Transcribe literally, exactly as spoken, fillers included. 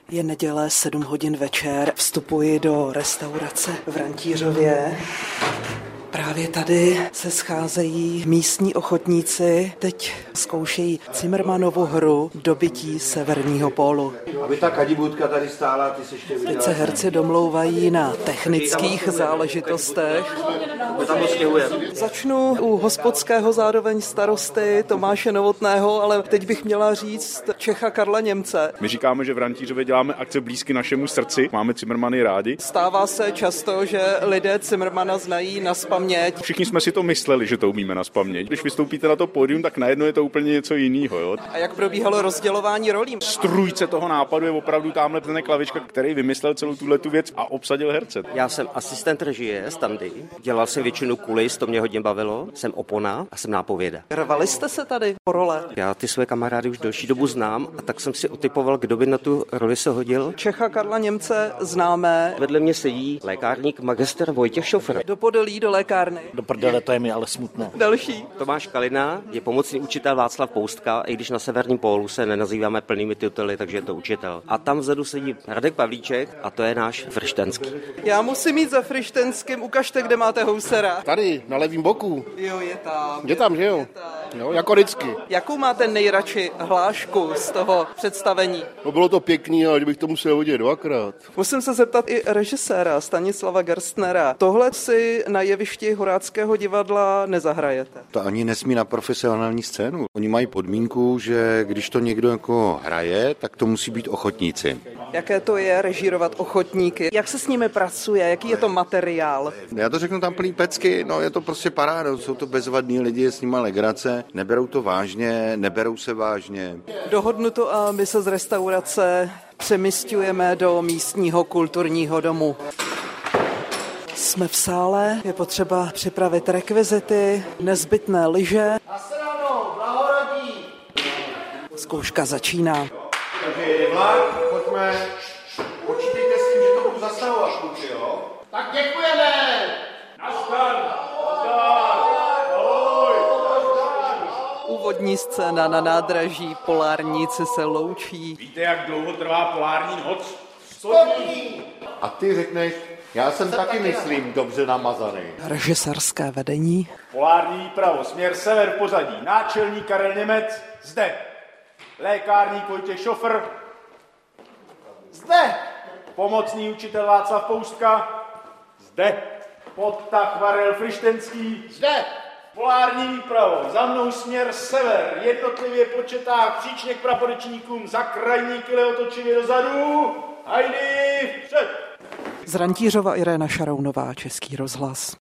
Je neděle, sedm hodin večer, vstupuji do restaurace v Rantířově. Právě tady se scházejí místní ochotníci, teď zkoušejí Cimrmanovu hru Dobytí severního pólu. Aby ta kadibůdka tady stála, ty se ještě viděla. Teď se herci domlouvají na technických záležitostech. Začnu u hospodského zároveň starosty Tomáše Novotného, ale teď bych měla říct Čecha Karla Němce. My říkáme, že v Rantířově děláme akce blízky našemu srdci, máme Cimrmany rádi. Stává se často, že lidé Cimrmana znají nazpaměť. Všichni jsme si to mysleli, že to umíme nazpaměť. Když vystoupíte na to pódium, tak najednou je to úplně něco jiného. Jo? A jak probíhalo rozdělování rolí? Strůjce toho nápadu je opravdu tamhle ten Klavička, který vymyslel celou tuhletu věc a obsadil herce. Já jsem asistent režie standy, dělal jsem většinu kulis, to mě hodně bavilo, jsem opona a jsem nápověda. Rvali jste se tady po role? Já ty své kamarády už delší dobu znám a tak jsem si otypoval, kdo by na tu roli se hodil. Čecha Karla Němce známé. Vedle mě sedí lékárník magister Vojtěch Šofr. Do Podolí, do lékárny. Do prdele, to je mi ale smutné. Další. Tomáš Kalina je pomocný učitel Václav Poustka, i když na severním pólu se nenazýváme plnými tituly, takže je to učitel. A tam vzadu sedí Radek Pavlíček a to je náš Frštenský. Já musím jít za Frštenským, ukažte, kde máte housera. Tady, na levém boku. Jo, je tam. Je tam, že jo? Jo, jako vždycky. Jakou máte nejradši hlášku z toho představení? No bylo to pěkný, ale kdybych to musel hodit dvakrát. Musím se zeptat i režiséra Stanislava Gerstnera. Tohle si na jevišti Horáckého divadla nezahrajete? To ani nesmí na profesionální scénu. Oni mají podmínku, že když to někdo jako hraje, tak to musí být ochotníci. Jaké to je režírovat ochotníky? Jak se s nimi pracuje? Jaký je to materiál? Já to řeknu tam plný pecky, no je to prostě paráda, jsou to bezvadní lidi, je s nima legrace, neberou to vážně, neberou se vážně. Dohodnuto a my se z restaurace přemísťujeme do místního kulturního domu. Jsme v sále, je potřeba připravit rekvizity, nezbytné lyže. Zkouška začíná. Takže jede vlak, pojďme, počítejte s tím, že to budu zasahovat, kluci, jo? Tak děkujeme! Nazdar! Úvodní scéna na nádraží, polárníci se loučí. Víte, jak dlouho trvá polární noc? Sto dní! A ty řekneš, já jsem taky, myslím, dobře namazaný. Režisérské vedení. Polární výpravo, směr sever pořadí. Náčelník Karel Němec, zde. Lékárník Vojtěch Šofr, zde. Pomocný učitel Václav Poustka, zde. Podtah Varel Frištenský, Zde! polární výpravo, za mnou směr sever, jednotlivě po četách příčně k praporečníkům, za krajníky leotočivě dozadu, hajdy, před! Z Rantířova Irena Šarounová, Český rozhlas.